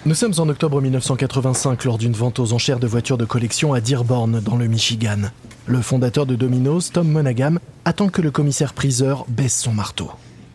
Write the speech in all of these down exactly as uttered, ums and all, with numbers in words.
Nous sommes en octobre mille neuf cent quatre-vingt-cinq lors d'une vente aux enchères de voitures de collection à Dearborn, dans le Michigan. Le fondateur de Domino's, Tom Monaghan, attend que le commissaire-priseur baisse son marteau.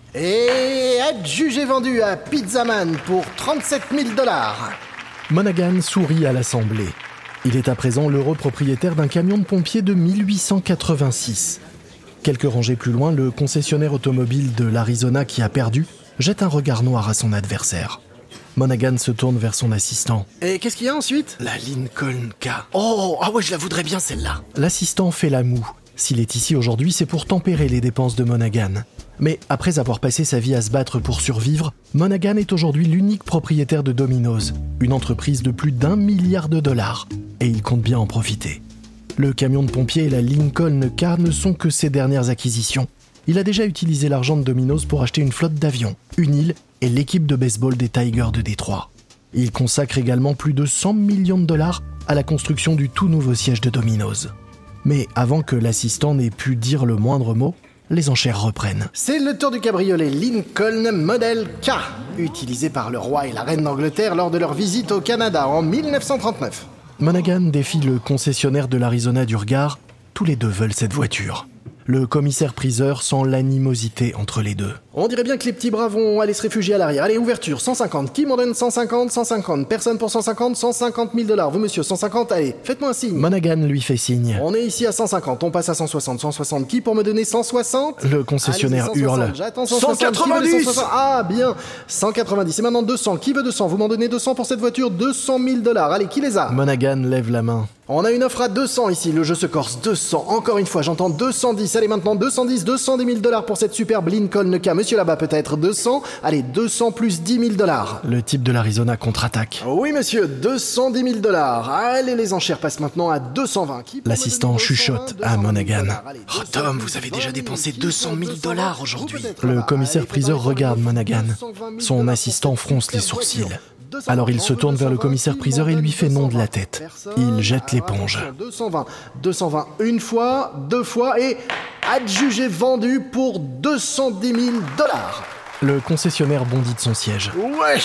Et adjugé vendu à Pizzaman pour trente-sept mille dollars. Monaghan sourit à l'Assemblée. Il est à présent l'heureux propriétaire d'un camion de pompiers de mille huit cent quatre-vingt-six. Quelques rangées plus loin, le concessionnaire automobile de l'Arizona qui a perdu jette un regard noir à son adversaire. Monaghan se tourne vers son assistant. Et qu'est-ce qu'il y a ensuite ? La Lincoln K. Oh, ah ouais, je la voudrais bien celle-là. L'assistant fait la moue. S'il est ici aujourd'hui, c'est pour tempérer les dépenses de Monaghan. Mais après avoir passé sa vie à se battre pour survivre, Monaghan est aujourd'hui l'unique propriétaire de Domino's, une entreprise de plus d'un milliard de dollars. Et il compte bien en profiter. Le camion de pompiers et la Lincoln K ne sont que ses dernières acquisitions. Il a déjà utilisé l'argent de Domino's pour acheter une flotte d'avions, une île et l'équipe de baseball des Tigers de Détroit. Il consacre également plus de cent millions de dollars à la construction du tout nouveau siège de Domino's. Mais avant que l'assistant n'ait pu dire le moindre mot, les enchères reprennent. C'est le tour du cabriolet Lincoln Model K, utilisé par le roi et la reine d'Angleterre lors de leur visite au Canada en mille neuf cent trente-neuf. Monaghan défie le concessionnaire de l'Arizona du regard. Tous les deux veulent cette voiture. Le commissaire-priseur sent l'animosité entre les deux. On dirait bien que les petits bras vont aller se réfugier à l'arrière. Allez, ouverture, cent cinquante. Qui m'en donne cent cinquante, cent cinquante. Personne pour cent cinquante, cent cinquante mille dollars. Vous, monsieur, cent cinquante, allez, faites-moi un signe. Monaghan lui fait signe. On est ici à cent cinquante, on passe à cent soixante. cent soixante, qui pour me donner cent soixante ? Le concessionnaire Allez, hurle. J'attends cent soixante. cent quatre-vingt-dix. Ah, bien. cent quatre-vingt-dix. Et maintenant deux cents. Qui veut deux cents ? Vous m'en donnez deux cents pour cette voiture ? deux cent mille dollars. Allez, qui les a ? Monaghan lève la main. On a une offre à deux cents ici, le jeu se corse, deux cents, encore une fois, j'entends deux cent dix, allez maintenant deux cent dix, deux cent dix mille dollars pour cette superbe Lincoln K, monsieur là-bas peut-être, deux cents, allez deux cents plus dix mille dollars. Le type de l'Arizona contre-attaque. Oui monsieur, deux cent dix mille dollars, allez les enchères passent maintenant à deux cent vingt. L'assistant chuchote à Monaghan. Oh Tom, vous avez déjà dépensé deux cent mille dollars aujourd'hui. Le commissaire-priseur regarde Monaghan. Son assistant fronce les sourcils. Alors il se tourne vers le commissaire-priseur et lui fait non de la tête. Il jette l'éponge. deux cent vingt, deux cent vingt une fois, deux fois et adjugé vendu pour deux cent dix mille dollars. Le concessionnaire bondit de son siège. Ouais,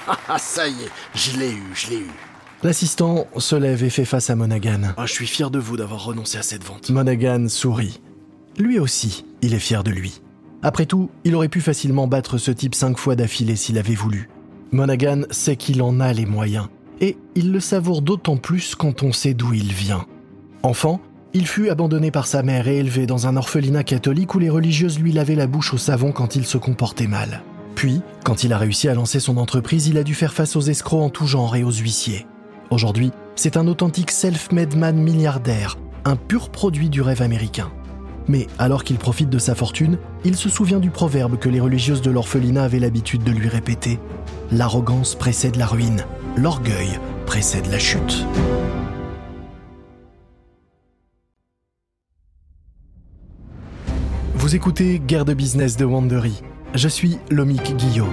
ça y est, je l'ai eu, je l'ai eu. L'assistant se lève et fait face à Monaghan. Oh, je suis fier de vous d'avoir renoncé à cette vente. Monaghan sourit. Lui aussi, il est fier de lui. Après tout, il aurait pu facilement battre ce type cinq fois d'affilée s'il avait voulu. Monaghan sait qu'il en a les moyens, et il le savoure d'autant plus quand on sait d'où il vient. Enfant, il fut abandonné par sa mère et élevé dans un orphelinat catholique où les religieuses lui lavaient la bouche au savon quand il se comportait mal. Puis, quand il a réussi à lancer son entreprise, il a dû faire face aux escrocs en tout genre et aux huissiers. Aujourd'hui, c'est un authentique self-made man milliardaire, un pur produit du rêve américain. Mais alors qu'il profite de sa fortune, il se souvient du proverbe que les religieuses de l'orphelinat avaient l'habitude de lui répéter. L'arrogance précède la ruine, l'orgueil précède la chute. Vous écoutez Guerre de business de Wandery. Je suis Lomik Guillot.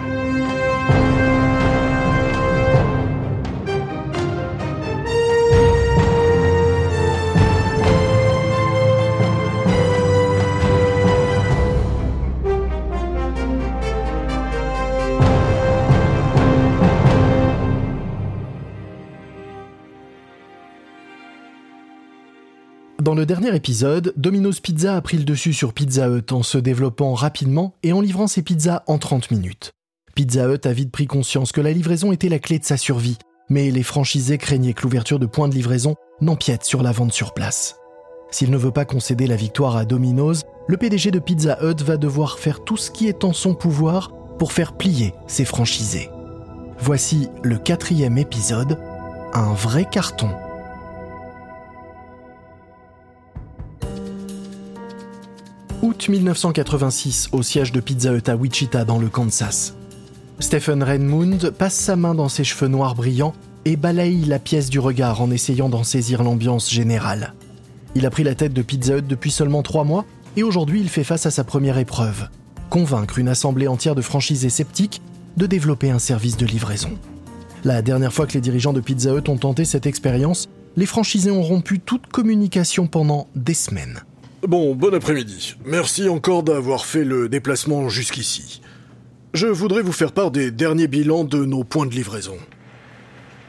Dans le dernier épisode, Domino's Pizza a pris le dessus sur Pizza Hut en se développant rapidement et en livrant ses pizzas en trente minutes. Pizza Hut a vite pris conscience que la livraison était la clé de sa survie, mais les franchisés craignaient que l'ouverture de points de livraison n'empiète sur la vente sur place. S'il ne veut pas concéder la victoire à Domino's, le P D G de Pizza Hut va devoir faire tout ce qui est en son pouvoir pour faire plier ses franchisés. Voici le quatrième épisode, un vrai carton. Août mille neuf cent quatre-vingt-six, au siège de Pizza Hut à Wichita, dans le Kansas. Stephen Redmond passe sa main dans ses cheveux noirs brillants et balaye la pièce du regard en essayant d'en saisir l'ambiance générale. Il a pris la tête de Pizza Hut depuis seulement trois mois et aujourd'hui il fait face à sa première épreuve, convaincre une assemblée entière de franchisés sceptiques de développer un service de livraison. La dernière fois que les dirigeants de Pizza Hut ont tenté cette expérience, les franchisés ont rompu toute communication pendant des semaines. Bon, bon après-midi. Merci encore d'avoir fait le déplacement jusqu'ici. Je voudrais vous faire part des derniers bilans de nos points de livraison.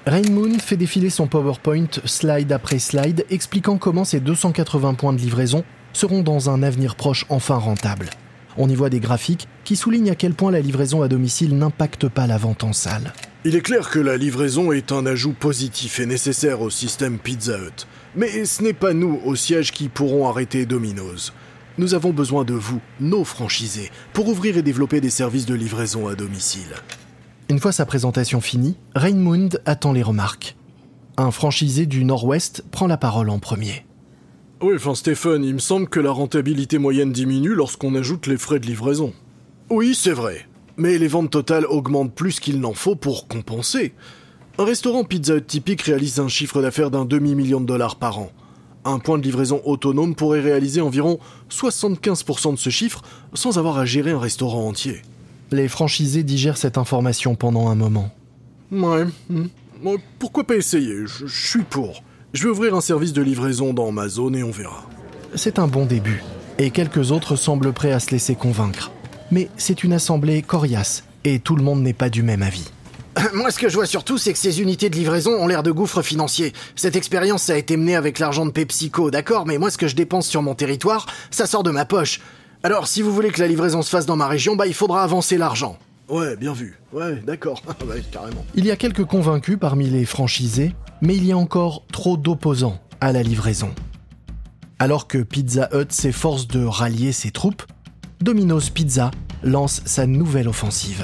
Rain Moon fait défiler son PowerPoint slide après slide, expliquant comment ces deux cent quatre-vingts points de livraison seront dans un avenir proche enfin rentables. On y voit des graphiques qui soulignent à quel point la livraison à domicile n'impacte pas la vente en salle. Il est clair que la livraison est un ajout positif et nécessaire au système Pizza Hut. Mais ce n'est pas nous, au siège, qui pourrons arrêter Domino's. Nous avons besoin de vous, nos franchisés, pour ouvrir et développer des services de livraison à domicile. Une fois sa présentation finie, Raymond attend les remarques. Un franchisé du Nord-Ouest prend la parole en premier. Oui, enfin Stéphane, il me semble que la rentabilité moyenne diminue lorsqu'on ajoute les frais de livraison. Oui, c'est vrai. Mais les ventes totales augmentent plus qu'il n'en faut pour compenser. Un restaurant Pizza Hut typique réalise un chiffre d'affaires d'un demi-million de dollars par an. Un point de livraison autonome pourrait réaliser environ soixante-quinze pour cent de ce chiffre sans avoir à gérer un restaurant entier. Les franchisés digèrent cette information pendant un moment. Ouais, ouais pourquoi pas essayer, je, je suis pour. Je vais ouvrir un service de livraison dans ma zone et on verra. C'est un bon début, et quelques autres semblent prêts à se laisser convaincre. Mais c'est une assemblée coriace, et tout le monde n'est pas du même avis. Moi, ce que je vois surtout, c'est que ces unités de livraison ont l'air de gouffres financiers. Cette expérience, ça a été menée avec l'argent de PepsiCo, d'accord, mais moi, ce que je dépense sur mon territoire, ça sort de ma poche. Alors, si vous voulez que la livraison se fasse dans ma région, bah, il faudra avancer l'argent. Ouais, bien vu. Ouais, d'accord. Ouais, carrément. Il y a quelques convaincus parmi les franchisés, mais il y a encore trop d'opposants à la livraison. Alors que Pizza Hut s'efforce de rallier ses troupes, Domino's Pizza lance sa nouvelle offensive.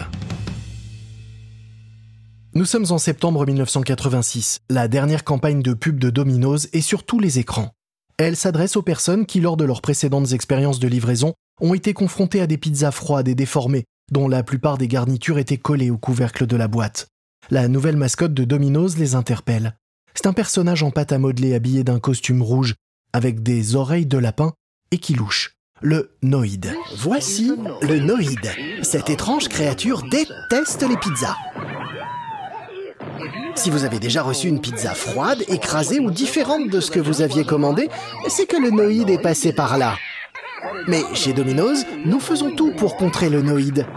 Nous sommes en septembre mille neuf cent quatre-vingt-six. La dernière campagne de pub de Domino's est sur tous les écrans. Elle s'adresse aux personnes qui, lors de leurs précédentes expériences de livraison, ont été confrontées à des pizzas froides et déformées, dont la plupart des garnitures étaient collées au couvercle de la boîte. La nouvelle mascotte de Domino's les interpelle. C'est un personnage en pâte à modeler habillé d'un costume rouge, avec des oreilles de lapin et qui louche. Le Noïd. Voici le Noïd. Cette étrange créature déteste les pizzas. Si vous avez déjà reçu une pizza froide, écrasée ou différente de ce que vous aviez commandé, c'est que le Noïd est passé par là. Mais chez Domino's, nous faisons tout pour contrer le Noïd.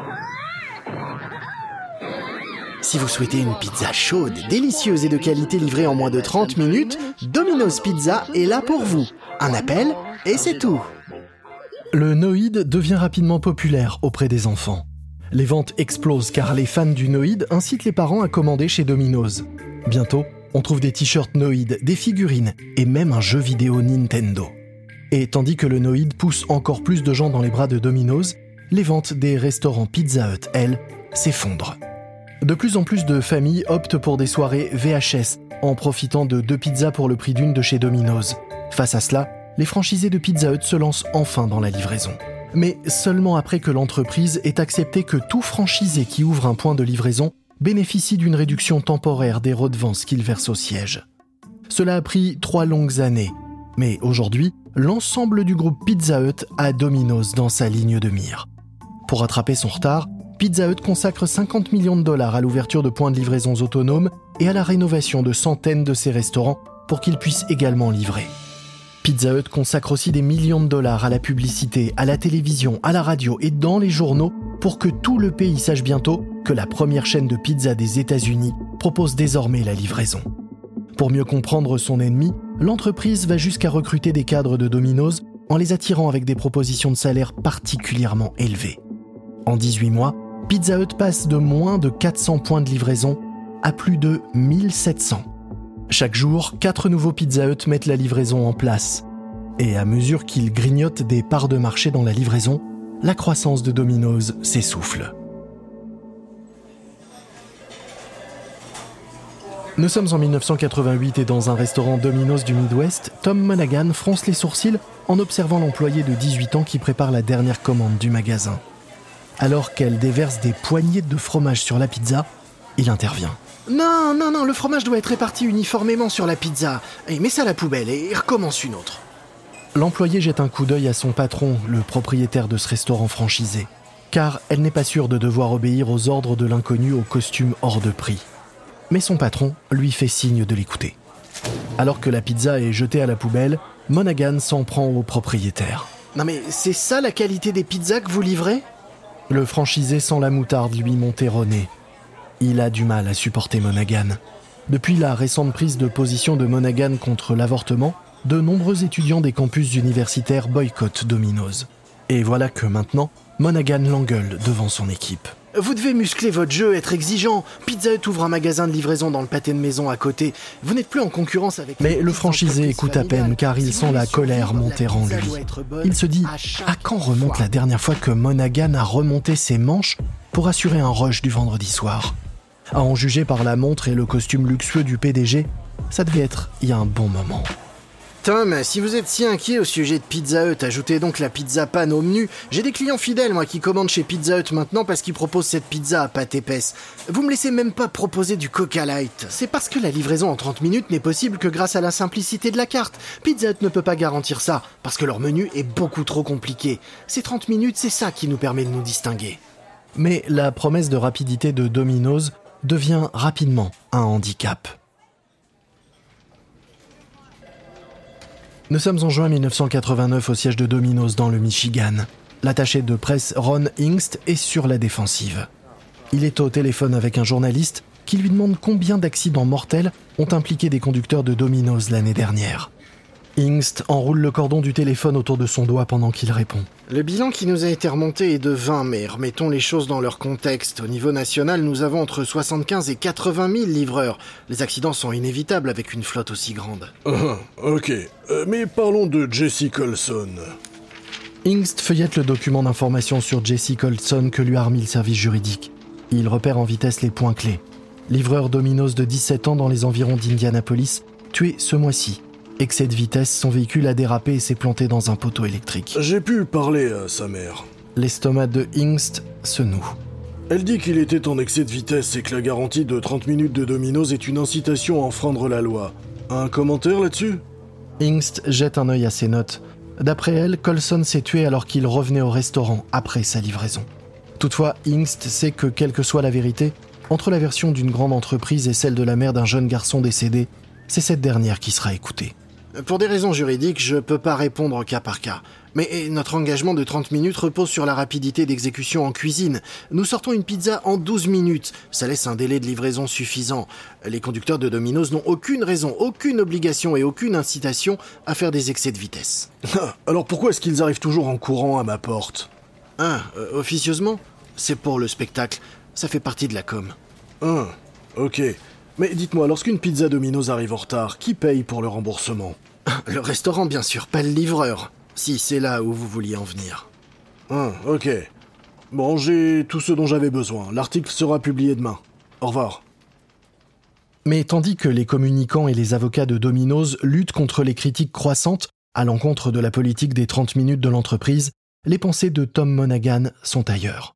Si vous souhaitez une pizza chaude, délicieuse et de qualité livrée en moins de trente minutes, Domino's Pizza est là pour vous. Un appel et c'est tout. Le Noïd devient rapidement populaire auprès des enfants. Les ventes explosent car les fans du Noïd incitent les parents à commander chez Domino's. Bientôt, on trouve des t-shirts Noïd, des figurines et même un jeu vidéo Nintendo. Et tandis que le Noïd pousse encore plus de gens dans les bras de Domino's, les ventes des restaurants Pizza Hut, elles, s'effondrent. De plus en plus de familles optent pour des soirées V H S en profitant de deux pizzas pour le prix d'une de chez Domino's. Face à cela, les franchisés de Pizza Hut se lancent enfin dans la livraison. Mais seulement après que l'entreprise ait accepté que tout franchisé qui ouvre un point de livraison bénéficie d'une réduction temporaire des redevances qu'il verse au siège. Cela a pris trois longues années, mais aujourd'hui, l'ensemble du groupe Pizza Hut a Domino's dans sa ligne de mire. Pour rattraper son retard, Pizza Hut consacre cinquante millions de dollars à l'ouverture de points de livraison autonomes et à la rénovation de centaines de ses restaurants pour qu'ils puissent également livrer. Pizza Hut consacre aussi des millions de dollars à la publicité, à la télévision, à la radio et dans les journaux pour que tout le pays sache bientôt que la première chaîne de pizza des États-Unis propose désormais la livraison. Pour mieux comprendre son ennemi, l'entreprise va jusqu'à recruter des cadres de Domino's en les attirant avec des propositions de salaire particulièrement élevées. En dix-huit mois, Pizza Hut passe de moins de quatre cents points de livraison à plus de mille sept cents. Chaque jour, quatre nouveaux Pizza Hut mettent la livraison en place. Et à mesure qu'ils grignotent des parts de marché dans la livraison, la croissance de Domino's s'essouffle. Nous sommes en mille neuf cent quatre-vingt-huit et dans un restaurant Domino's du Midwest, Tom Monaghan fronce les sourcils en observant l'employé de dix-huit ans qui prépare la dernière commande du magasin. Alors qu'elle déverse des poignées de fromage sur la pizza, il intervient. Non, non, non, le fromage doit être réparti uniformément sur la pizza. Et mets ça à la poubelle et recommence une autre. L'employé jette un coup d'œil à son patron, le propriétaire de ce restaurant franchisé, car elle n'est pas sûre de devoir obéir aux ordres de l'inconnu au costume hors de prix. Mais son patron lui fait signe de l'écouter. Alors que la pizza est jetée à la poubelle, Monaghan s'en prend au propriétaire. Non mais c'est ça la qualité des pizzas que vous livrez ? Le franchisé sent la moutarde lui monter au nez. Il a du mal à supporter Monaghan. Depuis la récente prise de position de Monaghan contre l'avortement, de nombreux étudiants des campus universitaires boycottent Domino's. Et voilà que maintenant, Monaghan l'engueule devant son équipe. Vous devez muscler votre jeu, être exigeant. Pizza Hut ouvre un magasin de livraison dans le pâté de maison à côté. Vous n'êtes plus en concurrence avec... Mais le franchisé écoute à peine car il sent la colère monter en lui. Il se dit, à quand remonte la dernière fois que Monaghan a remonté ses manches pour assurer un rush du vendredi soir ? À en juger par la montre et le costume luxueux du P D G, ça devait être il y a un bon moment. Tom, si vous êtes si inquiet au sujet de Pizza Hut, ajoutez donc la pizza panne au menu. J'ai des clients fidèles, moi, qui commandent chez Pizza Hut maintenant parce qu'ils proposent cette pizza à pâte épaisse. Vous me laissez même pas proposer du Coca Light. C'est parce que la livraison en trente minutes n'est possible que grâce à la simplicité de la carte. Pizza Hut ne peut pas garantir ça, parce que leur menu est beaucoup trop compliqué. Ces trente minutes, c'est ça qui nous permet de nous distinguer. Mais la promesse de rapidité de Domino's devient rapidement un handicap. Nous sommes en juin mille neuf cent quatre-vingt-neuf au siège de Domino's dans le Michigan. L'attaché de presse Ron Hingst est sur la défensive. Il est au téléphone avec un journaliste qui lui demande combien d'accidents mortels ont impliqué des conducteurs de Domino's l'année dernière. Hingst enroule le cordon du téléphone autour de son doigt pendant qu'il répond. Le bilan qui nous a été remonté est de vingt, mais remettons les choses dans leur contexte. Au niveau national, nous avons entre soixante-quinze et quatre-vingt mille livreurs. Les accidents sont inévitables avec une flotte aussi grande. Ah, ok. Euh, mais parlons de Jesse Colson. Hingst feuillette le document d'information sur Jesse Colson que lui a remis le service juridique. Il repère en vitesse les points clés. Livreur Domino's de dix-sept ans dans les environs d'Indianapolis, tué ce mois-ci. Excès de vitesse, son véhicule a dérapé et s'est planté dans un poteau électrique. J'ai pu parler à sa mère. L'estomac de Hingst se noue. Elle dit qu'il était en excès de vitesse et que la garantie de trente minutes de Domino's est une incitation à enfreindre la loi. Un commentaire là-dessus ? Hingst jette un œil à ses notes. D'après elle, Colson s'est tué alors qu'il revenait au restaurant après sa livraison. Toutefois, Hingst sait que, quelle que soit la vérité, entre la version d'une grande entreprise et celle de la mère d'un jeune garçon décédé, c'est cette dernière qui sera écoutée. Pour des raisons juridiques, je peux pas répondre cas par cas. Mais notre engagement de trente minutes repose sur la rapidité d'exécution en cuisine. Nous sortons une pizza en douze minutes. Ça laisse un délai de livraison suffisant. Les conducteurs de Domino's n'ont aucune raison, aucune obligation et aucune incitation à faire des excès de vitesse. Alors pourquoi est-ce qu'ils arrivent toujours en courant à ma porte ? Ah, euh, officieusement ? C'est pour le spectacle. Ça fait partie de la com. Ah, ok. Mais dites-moi, lorsqu'une pizza Domino's arrive en retard, qui paye pour le remboursement ? Le restaurant, bien sûr, pas le livreur. Si c'est là où vous vouliez en venir. Ah, ok. Bon, j'ai tout ce dont j'avais besoin. L'article sera publié demain. Au revoir. Mais tandis que les communicants et les avocats de Domino's luttent contre les critiques croissantes à l'encontre de la politique des trente minutes de l'entreprise, les pensées de Tom Monaghan sont ailleurs.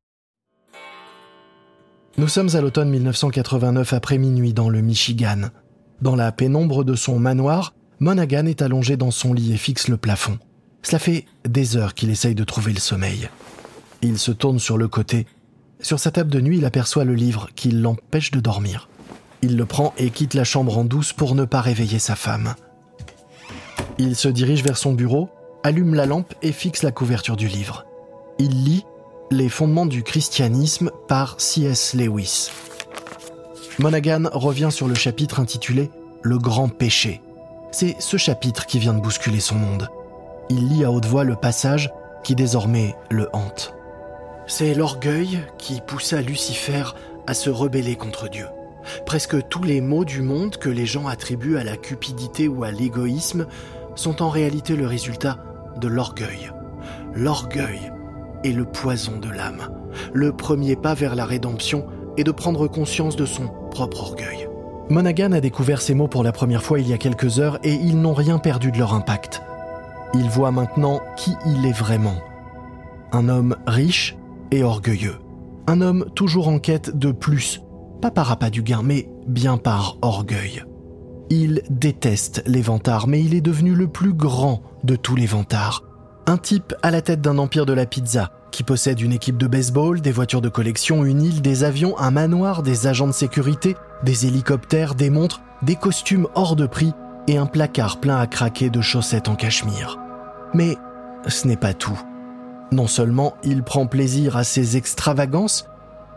Nous sommes à l'automne mille neuf cent quatre-vingt-neuf après minuit dans le Michigan. Dans la pénombre de son manoir, Monaghan est allongé dans son lit et fixe le plafond. Cela fait des heures qu'il essaye de trouver le sommeil. Il se tourne sur le côté. Sur sa table de nuit, il aperçoit le livre qui l'empêche de dormir. Il le prend et quitte la chambre en douce pour ne pas réveiller sa femme. Il se dirige vers son bureau, allume la lampe et fixe la couverture du livre. Il lit Les fondements du christianisme par C S Lewis. Monaghan revient sur le chapitre intitulé « Le grand péché ». C'est ce chapitre qui vient de bousculer son monde. Il lit à haute voix le passage qui désormais le hante. C'est l'orgueil qui poussa Lucifer à se rebeller contre Dieu. Presque tous les maux du monde que les gens attribuent à la cupidité ou à l'égoïsme sont en réalité le résultat de l'orgueil. L'orgueil est le poison de l'âme. Le premier pas vers la rédemption est de prendre conscience de son propre orgueil. Monaghan a découvert ces mots pour la première fois il y a quelques heures et ils n'ont rien perdu de leur impact. Il voit maintenant qui il est vraiment. Un homme riche et orgueilleux. Un homme toujours en quête de plus, pas par appât du gain, mais bien par orgueil. Il déteste les vantards, mais il est devenu le plus grand de tous les vantards. Un type à la tête d'un empire de la pizza, qui possède une équipe de baseball, des voitures de collection, une île, des avions, un manoir, des agents de sécurité, des hélicoptères, des montres, des costumes hors de prix et un placard plein à craquer de chaussettes en cachemire. Mais ce n'est pas tout. Non seulement il prend plaisir à ses extravagances,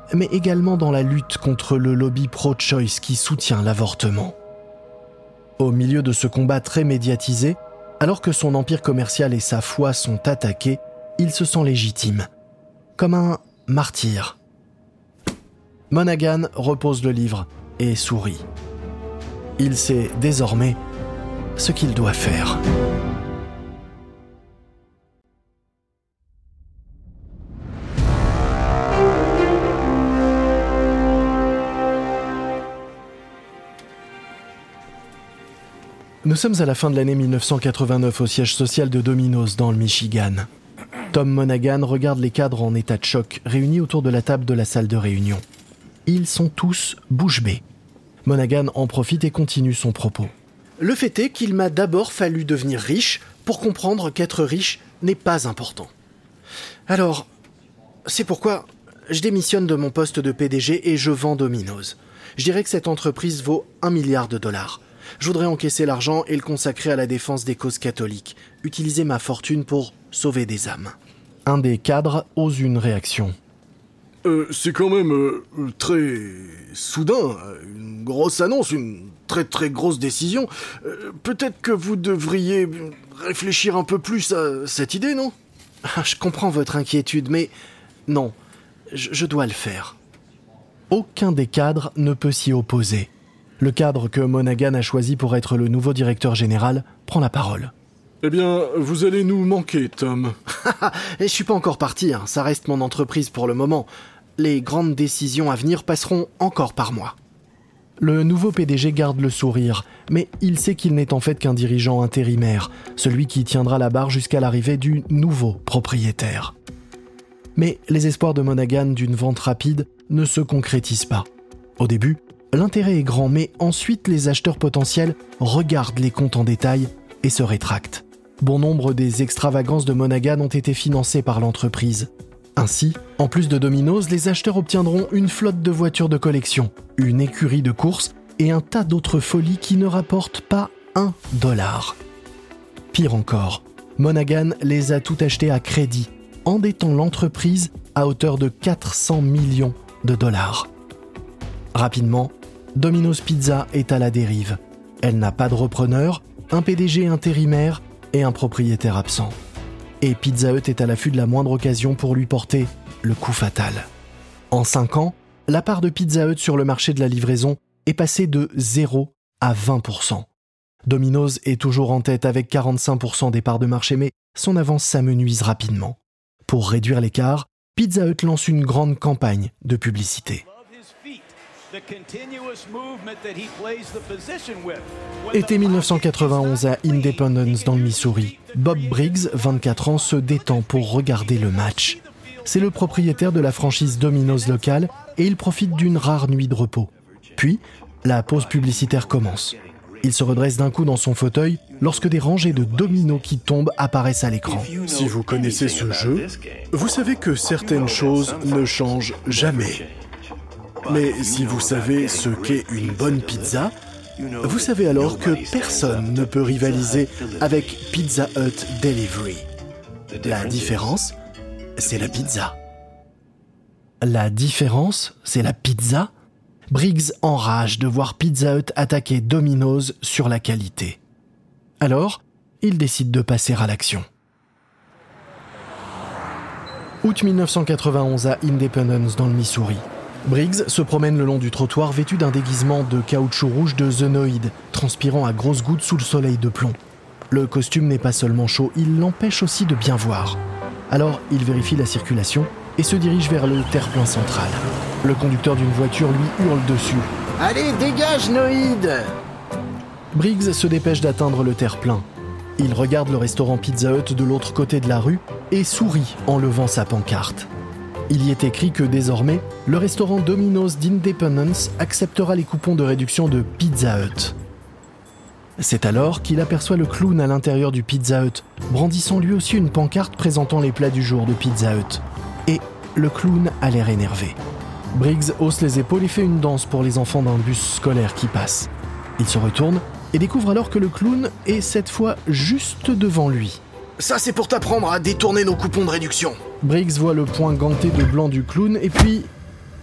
mais également dans la lutte contre le lobby pro-choice qui soutient l'avortement. Au milieu de ce combat très médiatisé, alors que son empire commercial et sa foi sont attaqués, il se sent légitime, comme un martyr. Monaghan repose le livre et sourit. Il sait désormais ce qu'il doit faire. Nous sommes à la fin de l'année mille neuf cent quatre-vingt-neuf au siège social de Domino's dans le Michigan. Tom Monaghan regarde les cadres en état de choc réunis autour de la table de la salle de réunion. Ils sont tous bouche bée. Monaghan en profite et continue son propos. Le fait est qu'il m'a d'abord fallu devenir riche pour comprendre qu'être riche n'est pas important. Alors, c'est pourquoi je démissionne de mon poste de P D G et je vends Domino's. Je dirais que cette entreprise vaut un milliard de dollars. Je voudrais encaisser l'argent et le consacrer à la défense des causes catholiques. Utiliser ma fortune pour sauver des âmes. Un des cadres ose une réaction. Euh, c'est quand même euh, très soudain, une grosse annonce, une très très grosse décision. Euh, peut-être que vous devriez réfléchir un peu plus à cette idée, non ? Je comprends votre inquiétude, mais non, je, je dois le faire. Aucun des cadres ne peut s'y opposer. Le cadre que Monaghan a choisi pour être le nouveau directeur général prend la parole. Eh bien, vous allez nous manquer, Tom. Et je suis pas encore parti, hein. Ça reste mon entreprise pour le moment. Les grandes décisions à venir passeront encore par moi. Le nouveau P D G garde le sourire, mais il sait qu'il n'est en fait qu'un dirigeant intérimaire, celui qui tiendra la barre jusqu'à l'arrivée du nouveau propriétaire. Mais les espoirs de Monaghan d'une vente rapide ne se concrétisent pas. Au début, l'intérêt est grand, mais ensuite les acheteurs potentiels regardent les comptes en détail et se rétractent. Bon nombre des extravagances de Monaghan ont été financées par l'entreprise. Ainsi, en plus de Domino's, les acheteurs obtiendront une flotte de voitures de collection, une écurie de course et un tas d'autres folies qui ne rapportent pas un dollar. Pire encore, Monaghan les a tout achetés à crédit, endettant l'entreprise à hauteur de quatre cents millions de dollars. Rapidement, Domino's Pizza est à la dérive. Elle n'a pas de repreneur, un P D G intérimaire et un propriétaire absent. Et Pizza Hut est à l'affût de la moindre occasion pour lui porter le coup fatal. En cinq ans, la part de Pizza Hut sur le marché de la livraison est passée de zéro à vingt pour cent. Domino's est toujours en tête avec quarante-cinq pour cent des parts de marché, mais son avance s'amenuise rapidement. Pour réduire l'écart, Pizza Hut lance une grande campagne de publicité. Été mille neuf cent quatre-vingt-onze à Independence dans le Missouri. Bob Briggs, vingt-quatre ans, se détend pour regarder le match. C'est le propriétaire de la franchise Domino's locale et il profite d'une rare nuit de repos. Puis, la pause publicitaire commence. Il se redresse d'un coup dans son fauteuil lorsque des rangées de dominos qui tombent apparaissent à l'écran. Si vous connaissez ce jeu, vous savez que certaines choses ne changent jamais. Mais si vous savez ce qu'est une bonne pizza, vous savez alors que personne ne peut rivaliser avec Pizza Hut Delivery. La différence, c'est la pizza. La différence, c'est la pizza ? Briggs enrage de voir Pizza Hut attaquer Domino's sur la qualité. Alors, il décide de passer à l'action. Août mille neuf cent quatre-vingt-onze à Independence dans le Missouri. Briggs se promène le long du trottoir vêtu d'un déguisement de caoutchouc rouge de The Noid, transpirant à grosses gouttes sous le soleil de plomb. Le costume n'est pas seulement chaud, il l'empêche aussi de bien voir. Alors, il vérifie la circulation et se dirige vers le terre-plein central. Le conducteur d'une voiture lui hurle dessus. « Allez, dégage, Noid !» Briggs se dépêche d'atteindre le terre-plein. Il regarde le restaurant Pizza Hut de l'autre côté de la rue et sourit en levant sa pancarte. Il y est écrit que désormais, le restaurant Domino's d'Independence acceptera les coupons de réduction de Pizza Hut. C'est alors qu'il aperçoit le clown à l'intérieur du Pizza Hut, brandissant lui aussi une pancarte présentant les plats du jour de Pizza Hut. Et le clown a l'air énervé. Briggs hausse les épaules et fait une danse pour les enfants d'un bus scolaire qui passe. Il se retourne et découvre alors que le clown est cette fois juste devant lui. « Ça, c'est pour t'apprendre à détourner nos coupons de réduction !» Briggs voit le poing ganté de blanc du clown et puis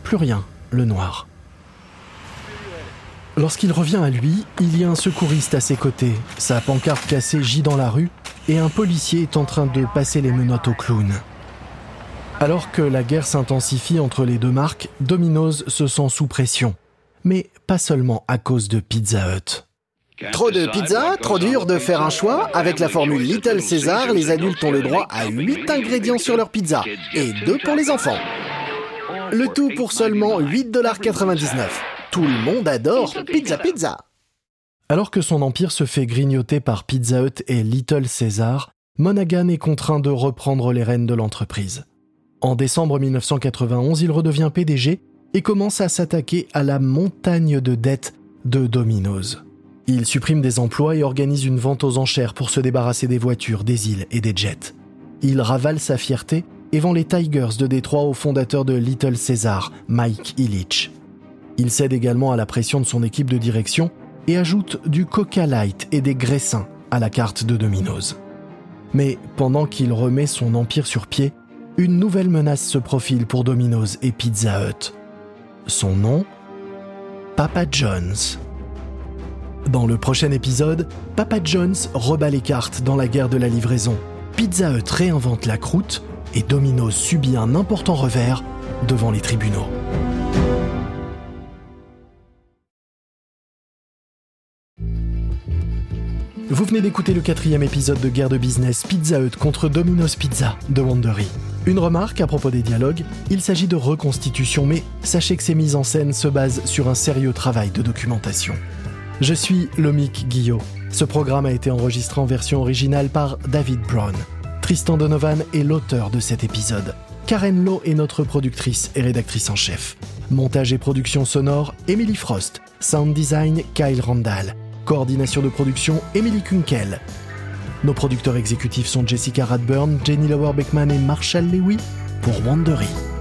plus rien, le noir. Lorsqu'il revient à lui, il y a un secouriste à ses côtés, sa pancarte cassée gît dans la rue et un policier est en train de passer les menottes au clown. Alors que la guerre s'intensifie entre les deux marques, Domino's se sent sous pression. Mais pas seulement à cause de Pizza Hut. Trop de pizza, trop dur de faire un choix. Avec la formule Little Caesar, les adultes ont le droit à huit ingrédients sur leur pizza et deux pour les enfants. Le tout pour seulement huit dollars quatre-vingt-dix-neuf. Tout le monde adore Pizza Pizza. Alors que son empire se fait grignoter par Pizza Hut et Little Caesar, Monaghan est contraint de reprendre les rênes de l'entreprise. En décembre mille neuf cent quatre-vingt-onze, il redevient P D G et commence à s'attaquer à la montagne de dettes de Domino's. Il supprime des emplois et organise une vente aux enchères pour se débarrasser des voitures, des îles et des jets. Il ravale sa fierté et vend les Tigers de Détroit au fondateur de Little Caesar, Mike Ilitch. Il cède également à la pression de son équipe de direction et ajoute du Coca Light et des graissins à la carte de Domino's. Mais pendant qu'il remet son empire sur pied, une nouvelle menace se profile pour Domino's et Pizza Hut. Son nom ? Papa John's. Dans le prochain épisode, Papa John's rebat les cartes dans la guerre de la livraison. Pizza Hut réinvente la croûte et Domino's subit un important revers devant les tribunaux. Vous venez d'écouter le quatrième épisode de Guerre de business Pizza Hut contre Domino's Pizza de Wandery. Une remarque à propos des dialogues, il s'agit de reconstitution, mais sachez que ces mises en scène se basent sur un sérieux travail de documentation. Je suis Lomique Guillot. Ce programme a été enregistré en version originale par David Brown. Tristan Donovan est l'auteur de cet épisode. Karen Lowe est notre productrice et rédactrice en chef. Montage et production sonore, Emily Frost. Sound design, Kyle Randall. Coordination de production, Emily Kunkel. Nos producteurs exécutifs sont Jessica Radburn, Jenny Lower Beckman et Marshall Lewy pour Wandery.